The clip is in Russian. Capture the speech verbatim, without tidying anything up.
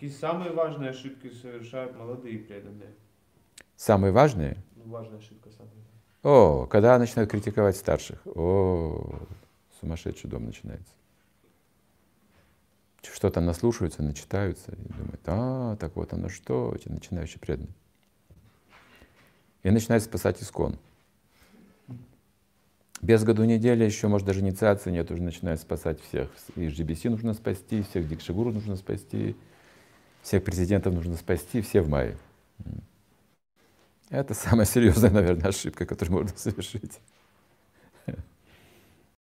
Какие самые важные ошибки совершают молодые преданные? Самые важные? Ну, важная ошибка самая. О, когда начинают критиковать старших. О, сумасшедший дом начинается. Что-то наслушаются, начитаются и думают, а, так вот оно что, эти начинающие преданные. И начинают спасать ИСККОН. Без году недели еще, может, даже инициации нет, уже начинают спасать всех. И джи би си нужно спасти, всех Дикшигуру нужно спасти, всех президентов нужно спасти, все в мае. Это самая серьезная, наверное, ошибка, которую можно совершить.